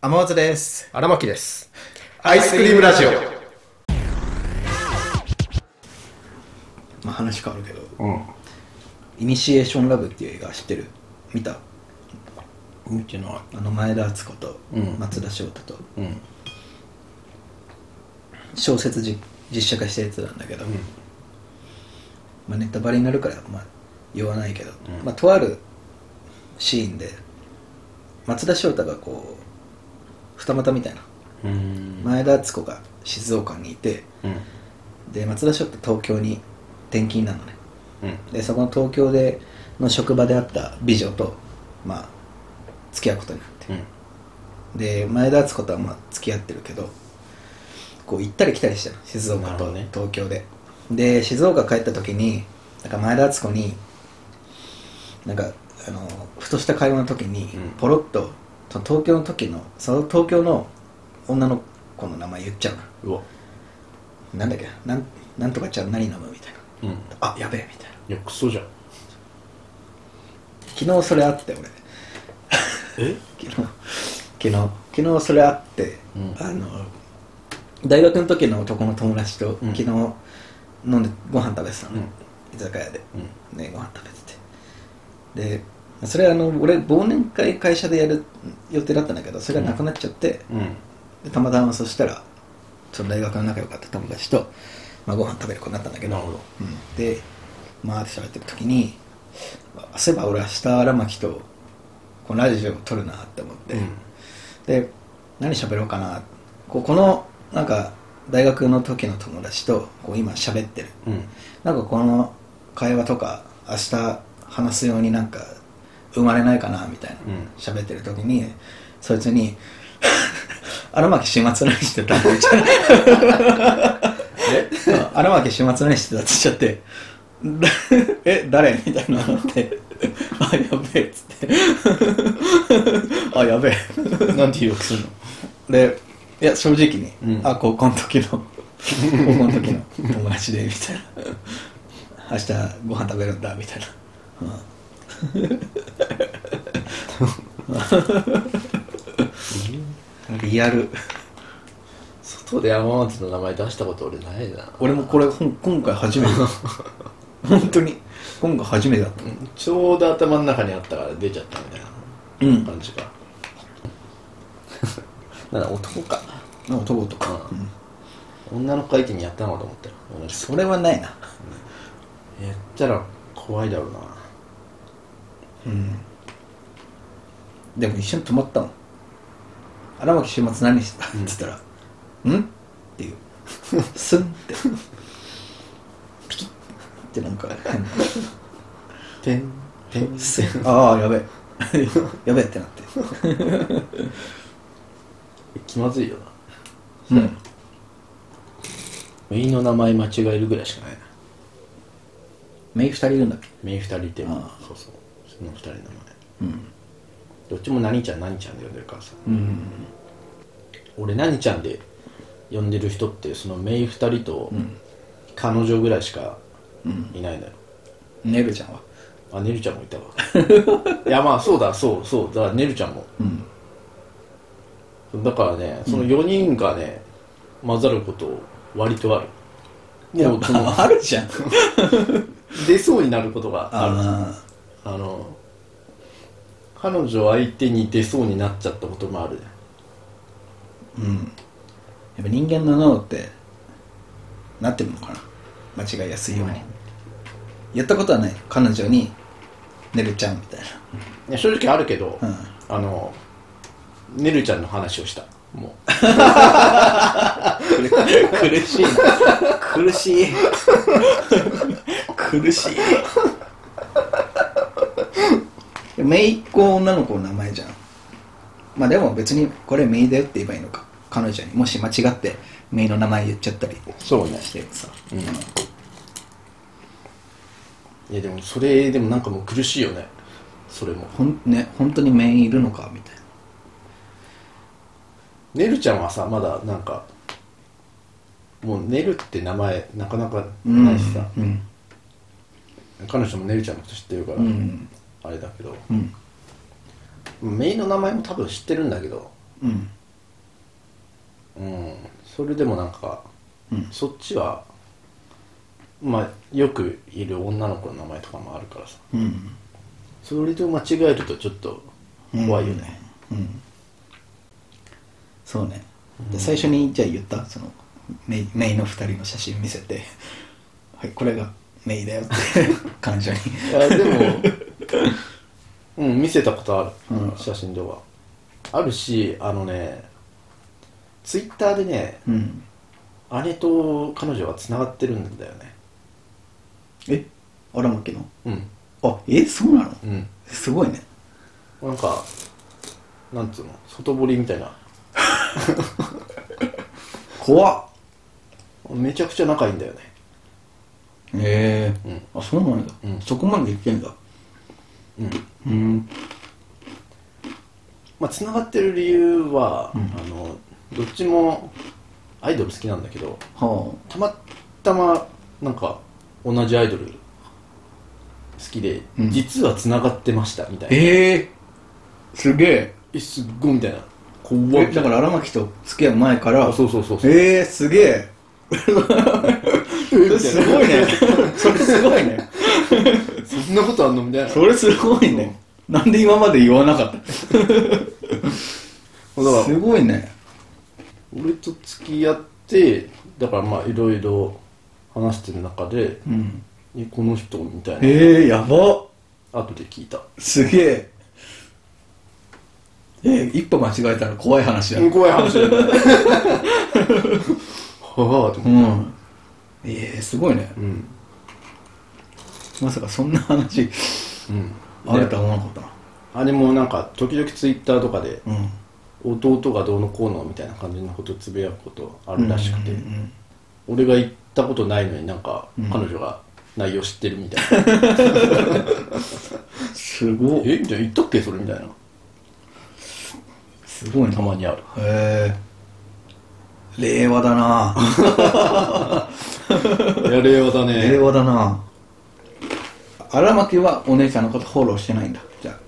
天松です。 荒牧です。 アイスクリームラジオ。 話変わるけど、 イイニシエーションラブっていう映画知ってる？見た？ 見てない。 前田敦子と松田翔太と、小説実写化したやつなんだけど、ネタバレになるから言わないけど、とあるシーンで松田翔太がこう二股みたいな、前田敦子が静岡にいて、で松田翔太東京に転勤なのね、でそこの東京での職場であった美女と付き合うことになって、で前田敦子とは付き合ってるけど、こう行ったり来たりしてるの、静岡と東京で。で静岡帰った時に前田敦子にふとした会話の時にポロッと、東京の時のその東京の女の子の名前言っちゃうの。なんだっけ、なんとかちゃん何飲むみたいな、あ、やべえみたいな。 いやクソじゃん。 昨日それあって俺昨日それあって、大学の時の男の友達と昨日飲んでご飯食べてたの、居酒屋で、ご飯食べてて、でそれ俺忘年会会社でやる予定だったんだけど、それがなくなっちゃって、でたまたまそしたらその大学の仲良かった友達と、ご飯食べる子になったんだけど、でって喋ってる時に、そういえば俺明日荒牧とこのラジオを撮るなって思って、で何喋ろうかな、この大学の時の友達と今喋ってる、この会話とか明日話すように生まれないかなみたいな喋ってる時に、そいつに荒牧週末何してたって言っちゃう荒牧週末何してたって言っちゃってえ、誰みたいなのってあ、やべえっつってあ、やべえなんて言うするので、いや正直に、高校の時の友達でみたいな、明日ご飯食べるんだみたいな、リアル。 外で山松の名前出したこと俺ないな。 俺もこれ今回初めて本当に今回初めてだった、 ちょうど頭の中にあったから出ちゃったみたいな感じか、なんだ男か男とか、 女の子相手にやったのかと思ったよ。 それはないな、 やったら怖いだろうな。 でも一緒に泊まったの。荒牧週末何してたって言ったら、っていうスンってピキッっててんスン、ああやべえやべえってなって気まずいよな。メイの名前間違えるぐらいしかないな。 メイ2人いるんだっけ？ メイ2人って、そうその2人の名前、どっちも何ちゃん何ちゃんで呼んでるからさ、俺何ちゃんで呼んでる人ってそのメイ2人と彼女ぐらいしかいないのよ。 ねるちゃんは？ あ、ねるちゃんもいたわいやそうだからねるちゃんも、だからね、その4人がね混ざること割とある。 いやあるじゃん出そうになることがある。彼女相手に出そうになっちゃったこともあるね。 やっぱ人間の脳ってなってるのかな、間違いやすいように。やったことはない、彼女にねるちゃんみたいな。 いや正直あるけど、ねるちゃんの話をしたもう苦しい苦しい苦しいめいっ子女の子の名前じゃん。でも別にこれめいだよって言えばいいのか、彼女にもし間違ってめいの名前言っちゃったりしてさ。 いやでもそれでももう苦しいよね。それも本当にめいいるのかみたいな。 ねるちゃんはさまだもうねるって名前なかなかないしさ、彼女もねるちゃんのこと知ってるから、あれだけど、めいの名前も多分知ってるんだけど、 うんそれでもなんか、そっちはまあよくいる女の子の名前とかもあるからさ、それと間違えるとちょっと怖いよね。 そうね。で最初にじゃあ言ったそのメイの2人の写真見せてはいこれがメイだよって感謝にいやでも見せたことある、写真ではあるし、ツイッターでね、姉と彼女はつながってるんだよね。 荒牧のうんあそうなの、すごいね。 なんかなんつうの外堀みたいな怖っ。 めちゃくちゃ仲いいんだよね。 あそうなんだ、そこまで言ってんだ。 まあつながってる理由は、どっちもアイドル好きなんだけど、たまたまなんか同じアイドル好きで、実はつながってましたみたいな。 すげえ。 すっごいみたいな。怖い。 だから荒牧と付き合う前からそうすげえすごいねそれすごいねそんなことあんのみたいな。 それすごいね。なんで今まで言わなかったすごいね。 俺と付き合ってだからまあいろいろ話してる中で、この人みたいな。 やばっ。 後で聞いた。 すげえ。一歩間違えたら怖い話だ。 怖い話だよねはぁと思った。 すごいね。まさかそんな話、あるとは思わなかったな。 あれもなんか時々ツイッターとかで、弟がどうのこうのみたいな感じのことをつぶやくことあるらしくて、俺が言ったことないのになんか彼女が内容知ってるみたいな、 すごい。 じゃあ言ったっけそれみたいな。 すごいね。 たまにある。 令和だないや令和だね。 令和だな。荒牧はお姉ちゃんのことフォローしてないんだじゃ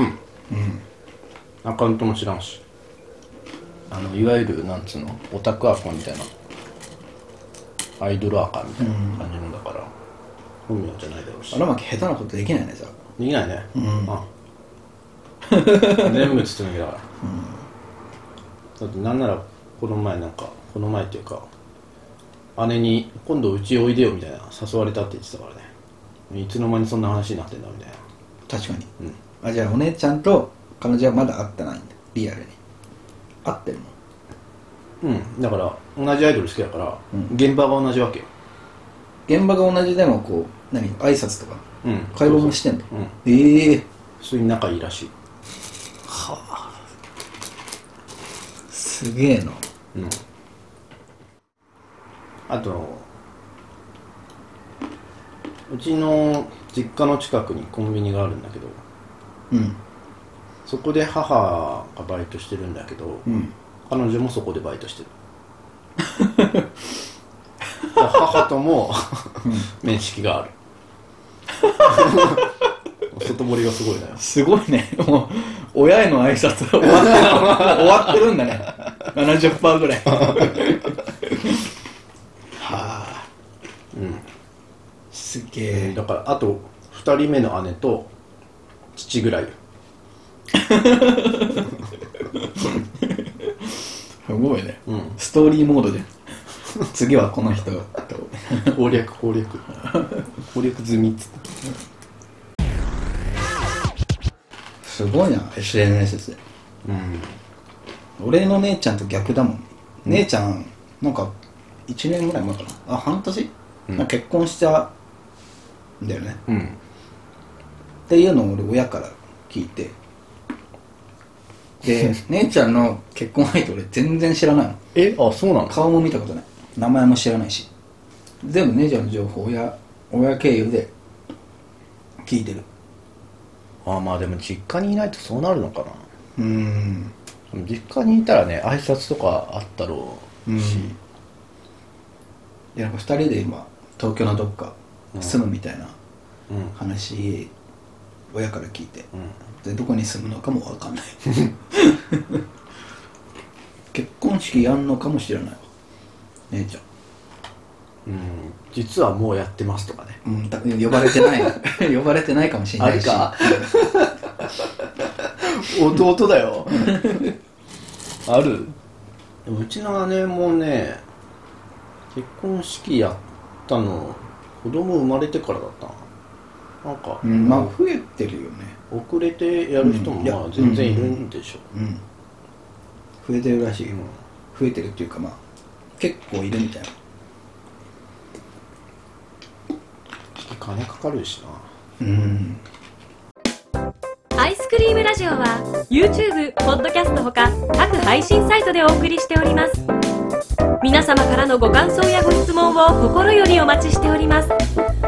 あ。 アカウントも知らんし、いわゆるなんつうのオタクアカみたいなアイドルアカみたいな感じのだから、本名じゃないだろうし。 荒牧下手なことできないねじゃあ。 できないね。全部包みだから、だってなんならこの前っていうか姉に今度うちおいでよみたいな誘われたって言ってたからね。いつの間にそんな話になってんだみたいな。 確かに、じゃあお姉ちゃんと彼女はまだ会ってないんだ。リアルに会ってるの。 だから同じアイドル好きだから、現場が同じわけよ。 現場が同じでもこう挨拶とか、会話もしてんの。 そういう仲いいらしい。 すげえな。 あとうちの実家の近くにコンビニがあるんだけど、そこで母がバイトしてるんだけど、彼女もそこでバイトしてる母とも面識がある外堀がすごいなよ。 すごいね。もう親への挨拶終わってるんだね。70% ぐらいすげえ。 だからあと2人目の姉と父ぐらいよ。 すごいね、ストーリーモードで次はこの人と攻略済みっつって。 すごいな SNS で。俺の姉ちゃんと逆だもん。姉ちゃんなんか1年ぐらい前かな、半年、結婚したんだよね、っていうのを俺親から聞いて、で姉ちゃんの結婚相手俺全然知らないの。 そうなの。 顔も見たことない、名前も知らないし、全部姉ちゃんの情報親経由で聞いてる。 まあでも実家にいないとそうなるのかな。実家にいたらね挨拶とかあったろうし、 なんか2人で今東京のどっか住むみたいな話、親から聞いて、でどこに住むのかも分かんない婚式やんのかもしれないわ姉ちゃん。 実はもうやってますとかね。 呼ばれてない呼ばれてないかもしれないし。 あるか弟だよある。でもうちの姉もね、結婚式やったの子供生まれてからだったな。なんか、 まあ増えてるよね。 遅れてやる人もまあ全然いるんでしょ。 増えてるらしいよ。増えてるっていうかまあ結構いるみたいな。 金かかるしな。 アイスクリームラジオは YouTube、ポッドキャストほか各配信サイトでお送りしております。皆様からのご感想やご質問を心よりお待ちしております。